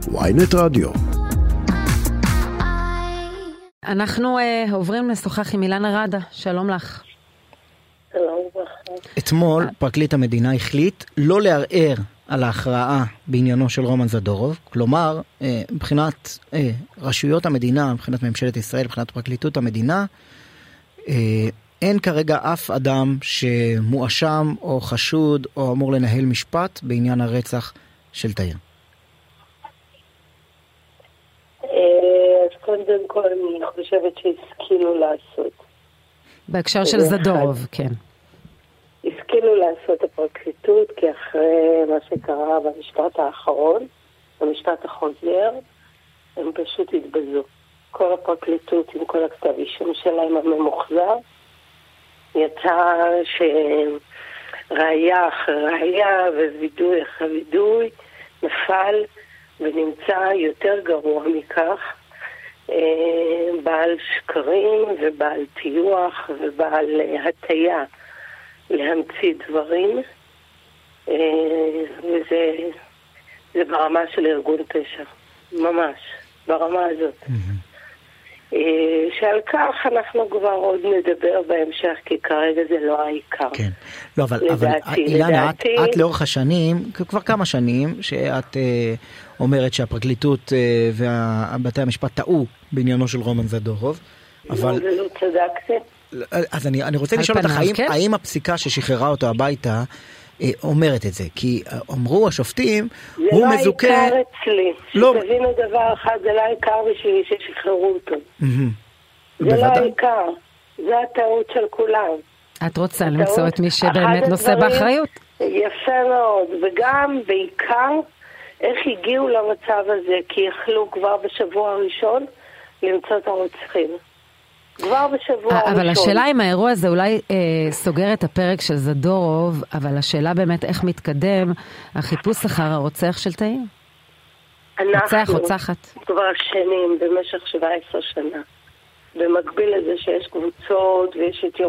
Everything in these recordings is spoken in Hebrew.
ynet רדיו. אנחנו עוברים לשוחח עם אילנה רדה. שלום לך. אתמול פרקליט המדינה החליט לא לערער על ההכרעה בעניינו של רומן זדורוב, כלומר, מבחינת רשויות המדינה, מבחינת ממשלת ישראל, מבחינת פרקליטות המדינה, אין כרגע אף אדם שמואשם או חשוד או אמור לנהל משפט בעניין הרצח של תאיר. אז קודם כל אני חושבת שהשכילו לעשות. בהקשר של זדורוב, כן. השכילו לעשות הפרקליטות, כי אחרי מה שקרה במשפט האחרון, במשפט החוזר, הם פשוט התבזו. כל הפרקליטות עם כל הכתב אישום שלהם הממוחזר, יצא שראיה אחרי ראיה ווידוי אחרי וידוי נפל ונמצא יותר גרוע מכך, בעל שקרים ובעל טיוח ובעל הטיה להמציא דברים, וזה ברמה של ארגון פשע, ממש, ברמה הזאת. שעל כך אנחנו כבר עוד נדבר בהמשך, כי כרגע זה לא העיקר. כן. לא, אבל אילנה, את לאורך השנים, כבר כמה שנים, שאת אומרת שהפרקליטות ובתי המשפט טעו בעניינו של רומן זדורוב, אבל... לא צדקתם. אז אני רוצה לשאול אותך, האם הפסיקה ששחררה אותו הביתה אומרת את זה? כי אמרו השופטים, הוא מזוכה... זה לא העיקר אצלי. שתבינו דבר אחד, זה לא העיקר בשבילי ששחררו אותו. זה לא העיקר. זה הטעות של כולם. את רוצה למצוא את מי שבאמת נושא באחריות? יפה מאוד. וגם, בעיקר, איך הגיעו למצב הזה, כי יכלו כבר בשבוע הראשון למצוא את הרוצחים. כבר בשבוע הראשון. אבל השאלה אם האירוע הזה אולי סוגר את הפרק של זדורוב, אבל השאלה באמת איך מתקדם החיפוש אחר הרוצח של תאיר? רוצח, רוצחת. כבר שנים, במשך 17 שנה. במקביל לזה שיש קבוצות, ויש את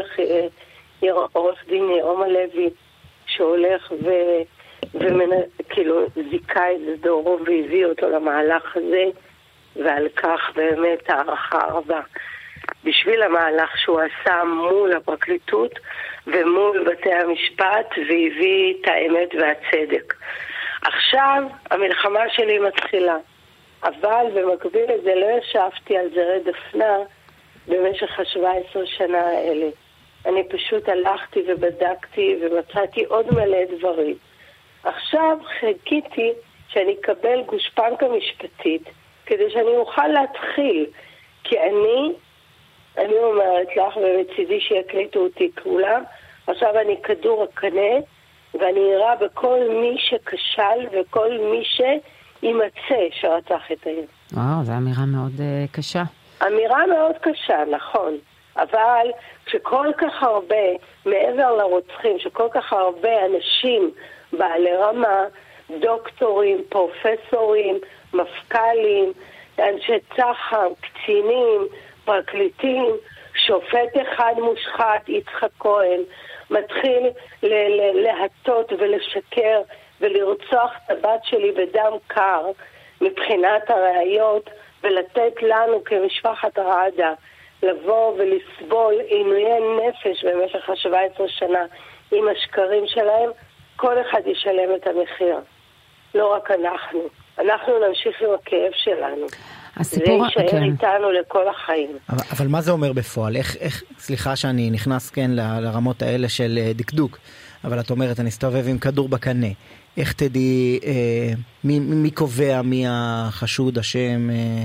עורך דין ירום הלוי, שהולך וכאילו זיקה את זדורוב והביא אותו למהלך הזה, ועל כך באמת הערכה רבה. בשביל המהלך שהוא עשה מול הפרקליטות ומול בתי המשפט, והביא את האמת והצדק. עכשיו המלחמה שלי מתחילה, אבל במקביל לזה לא ישבתי על זרי דפנה במשך 17 שנה האלה. אני פשוט הלכתי ובדקתי ומצאתי עוד מלא דברים. עכשיו חיכיתי שאני אקבל גושפנקה משפטית כדי שאני אוכל להתחיל, כי אני אומרת לך, ומצידי שיקליטו אותי כולם, עכשיו אני כדור הקנה, ואני אראה בכל מי שכשל וכל מי שימצא שרצח את העיר. וואו, זו אמירה מאוד קשה. אמירה מאוד קשה, נכון. אבל כשכל כך הרבה, מעבר לרוצחים, שכל כך הרבה אנשים בעלי רמה, דוקטורים, פרופסורים, מפכ"לים, אנשי צח"ם, קצינים, פרקליטים, שופט אחד מושחת, יצחק כהן, מתחיל להטות ולשקר ולרצוח את הבת שלי בדם קר מבחינת הראיות, ולתת לנו כמשפחת רעדה לבוא ולסבול עינויי נפש במשך 17 שנה עם השקרים שלהם. כל אחד ישלם את המחיר, לא רק אנחנו נמשיך עם הכאב שלנו. זה יישאר איתנו לכל החיים. אבל מה זה אומר בפועל? איך, סליחה שאני נכנס כן לרמות האלה של דקדוק, אבל את אומרת, אני אסתובב עם כדור בקנה. איך תדעי, מי קובע, מי החשוד, השם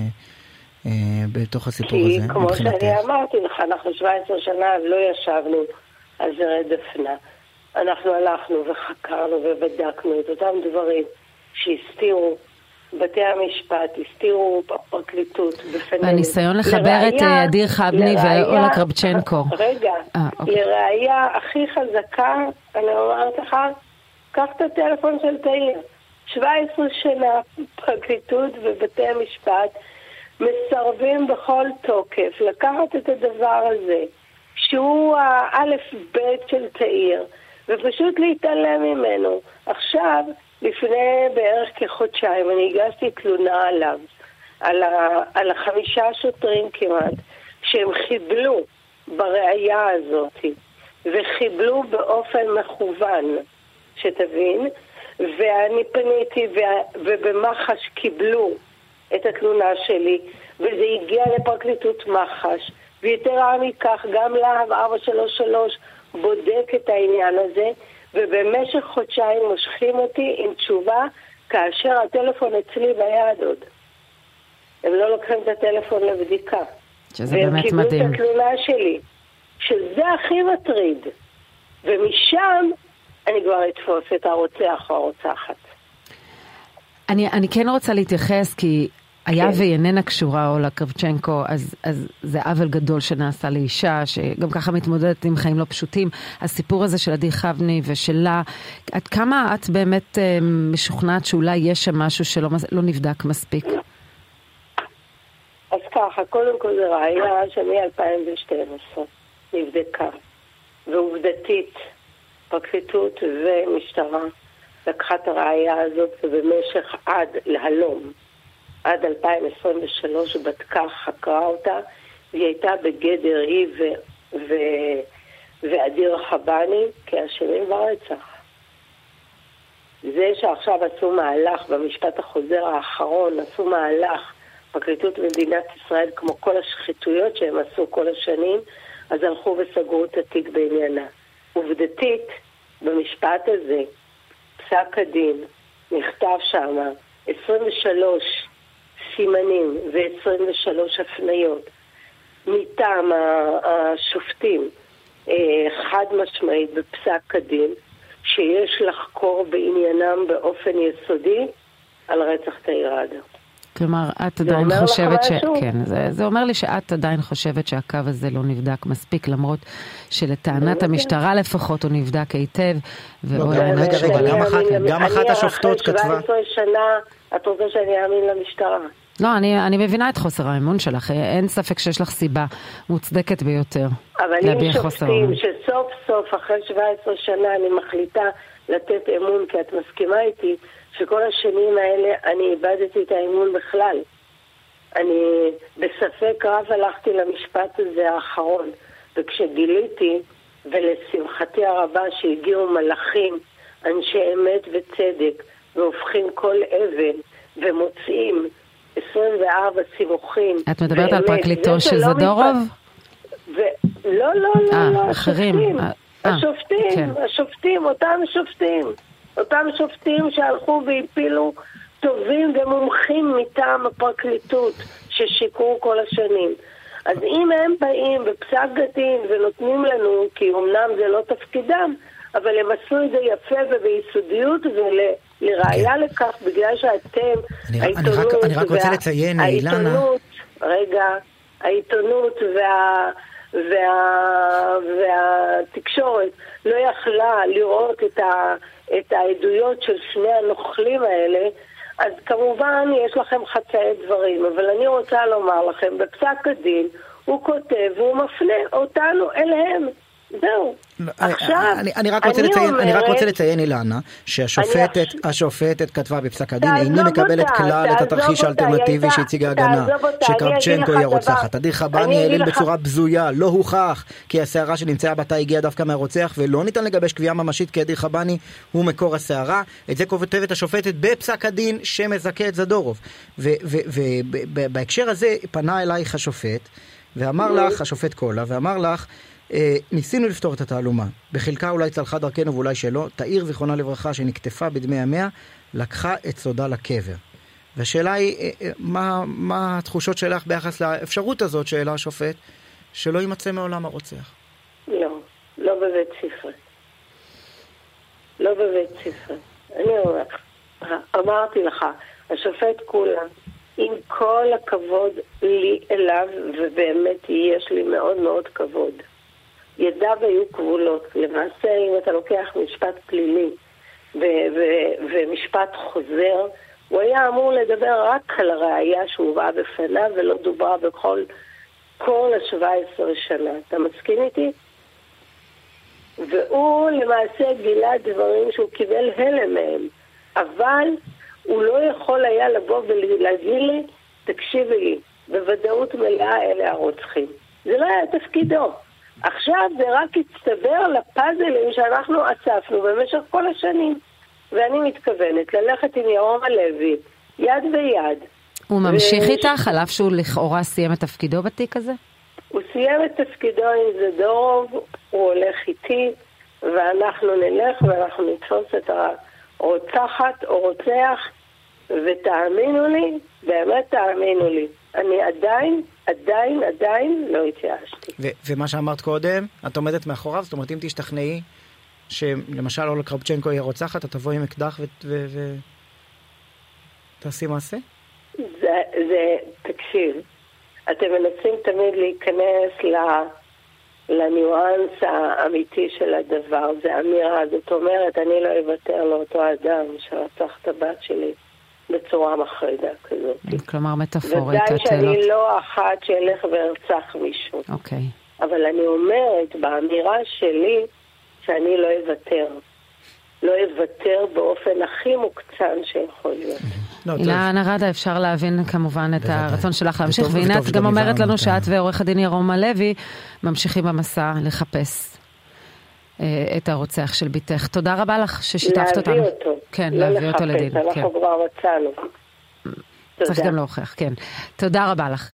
בתוך הסיפור הזה? כי כמו שאני אמרתי לך, אנחנו 17 שנה לא ישבנו על זרי דפנה. אנחנו הלכנו וחקרנו ובדקנו את אותם דברים שהסתירו בתי המשפט, הסתירו בפרקליטות בפנינו. הניסיון לחבר את אדיר חבני ואולה קרבצ'נקו. רגע, לראיה הכי חזקה, אני אומרת לך, קח את הטלפון של תאיר. 17 שנה פרקליטות ובתי המשפט מסרבים בכל תוקף לקחת את הדבר הזה, שהוא האלף בית של תאיר, ופשוט להתעלם ממנו. עכשיו לפני בערך כחודשיים אני הגשתי תלונה עליו, על 5 שוטרים כמעט, שהם חיבלו בראייה הזאת, וחיבלו באופן מכוון, שתבין, ואני פניתי ובמח"ש קיבלו את התלונה שלי, וזה הגיע לפרקליטות מח"ש, ויתרה מכך גם להב 433 בודק את העניין הזה, ובמשך חודשיים מושכים אותי עם תשובה, כאשר הטלפון אצלי ביד עוד. הם לא לוקחים את הטלפון לבדיקה. שזה באמת מדהים. והם קיבלו את התלונה שלי, שזה הכי מטריד. ומשם אני כבר אתפוס את הרוצח או הרוצחת. אני כן רוצה להתייחס, כי היה והיא איננה קשורה אולה קרבצ'נקו, אז זה עוול גדול שנעשה לאישה, שגם ככה מתמודדת עם חיים לא פשוטים. הסיפור הזה של עדי חבני ושלה, עד כמה את באמת משוכנעת שאולי יש שם משהו שלא נבדק מספיק? אז ככה, קודם כל זה ראייה שמ-2012 נבדקה, ועובדתית פרקליטות ומשטרה לקחה את הראייה הזאת, ובמשך עד להלום, עד 2023 בדקה, חקרה אותה, והיא הייתה בגדר היא ואדיר חבני כאשמים ברצח. זה שעכשיו עשו מהלך, במשפט החוזר האחרון עשו מהלך, פרקליטות מדינת ישראל, כמו כל השחיתויות שהם עשו כל השנים, אז הלכו וסגרו את התיק בעניינה. עובדתית, במשפט הזה, פסק הדין, נכתב שם 23 סימנים ו-23 הפניות מטעם השופטים, חד משמעית בפסק הדין, שיש לחקור בעניינם באופן יסודי על רצח תאיר אדר. כלומר, את עדיין חושבת כן, זה אומר לי שאת עדיין חושבת שהקו הזה לא נבדק מספיק, למרות שלטענת המשטרה לפחות הוא נבדק היטב. רגע, גם אחת השופטות כתבה. אני 17 שנה, את רוצה שאני אאמין למשטרה? לא, אני מבינה את חוסר האמון שלך, אין ספק שיש לך סיבה מוצדקת ביותר להביע חוסר האמון. אבל אם שופטים שסוף סוף אחרי 17 שנה אני מחליטה לתת אמון, כי את מסכימה איתי, שכל השנים האלה אני איבדתי את האמון בכלל. אני בספק רב הלכתי למשפט הזה האחרון, וכשגיליתי, ולשמחתי הרבה שהגיעו מלאכים, אנשי אמת וצדק, והופכים כל אבן, ומוצאים 24 סימוכים. את מדברת על פרקליטו של זדורוב? לא, אחרים. השופטים, אותם שופטים שהלכו והפילו טובים ומומחים מטעם הפרקליטות ששיקרו כל השנים. אז אם הם באים בפסק דין ונותנים לנו, כי אמנם זה לא תפקידם, אבל הם עשו את זה יפה וביסודיות ולראיה לכך, בגלל שאתם, אני רק רוצה לציין, אילנה. העיתונות והתקשורת לא יכלה לראות את העדויות של שני הנוכלים האלה, אז כמובן יש לכם חצאי דברים, אבל אני רוצה לומר לכם, בפסק הדין הוא כותב והוא מפנה אותנו אליהם. זהו. אני רק רוצה לציין, אילנה, שהשופטת כתבה בפסק הדין, איני מקבלת כלל את התרחיש האלטרנטיבי שהציגה הגנה, שקרבצ'נקו היא הרוצחת. עדי חבני העליל בצורה בזויה, לא הוכח, כי השערה שנמצאה בתא הגיעה דווקא מהרוצח, ולא ניתן לגבש קביעה ממשית, כי עדי חבני הוא מקור השערה. את זה כותבת השופטת בפסק הדין שמזכה את זדורוב. ובהקשר הזה פנה אלייך השופט, ואמר לך, השופט קולה, ואמר לך, ניסינו לפתור את התעלומה, בחלקה אולי צלחה דרכנו ואולי שלא. תאיר זיכרונה לברכה שנקטפה בדמי ימיה לקחה את סודה לקבר. והשאלה היא, מה התחושות שלך ביחס לאפשרות הזאת שאלה השופט שלא יימצא מעולם הרוצח? לא בבית ספר. אני אמרתי לך, השופט כולה, עם כל הכבוד לי אליו, ובאמת יש לי מאוד מאוד כבוד, ידיו היו כבולות. למעשה, אם אתה לוקח משפט פלילי ומשפט חוזר, הוא היה אמור לדבר רק על הראייה שהובאה בפניו, ולא דובר בכל 17 שנה. אתה מסכים איתי? והוא למעשה גילה דברים שהוא קיבל הלם מהם. אבל הוא לא יכול היה לבוא ולהגיד לי, תקשיבי לי, בוודאות מלאה אלה הרוצחים. זה לא היה תפקידו. עכשיו זה רק הצטבר לפאזלים שאנחנו אספנו במשך כל השנים. ואני מתכוונת ללכת עם ירום הלוי, יד ביד. הוא ממשיך איתך, על אף שהוא לכאורה סיים את תפקידו בתיק הזה? הוא סיים את תפקידו עם זדורוב, הוא הולך איתי, ואנחנו נלך ואנחנו נתפוס את הרוצחת או רוצח, ותאמינו לי, באמת תאמינו לי, אני עדיין לא התייאשתי. ומה שאמרת קודם, את עומדת מאחוריו, זאת אומרת, אם תשתכנעי, שלמשל אולה קרפצ'נקו היא רוצחת, את תבואי עם אקדח תעשי מעשה? תקשיב, אתם מנסים תמיד להיכנס לניואנס האמיתי של הדבר, זה אמירה, זאת אומרת, אני לא אוותר לאותו אדם שרצח את הבת שלי בצורה מחרידה כזאת. כלומר, מטאפורית. ודאי שאני לא אחת שילך וארצח מישהו. אוקיי. אבל אני אומרת, באמירה שלי, שאני לא אוותר. לא אוותר באופן הכי מוקצן שיכול להיות. אילנה רדה, אפשר להבין כמובן את הרצון שלך להמשיך, והנה את גם אומרת לנו שאת ועורך הדין ירום הלוי ממשיכים במסע לחפש את הרוצח של ביתך. תודה רבה לך ששיתפת אותנו. להביא אותו. כן, להביא אותו לדין. אנחנו כבר מצאנו. צריך גם להוכיח, כן. תודה רבה לך.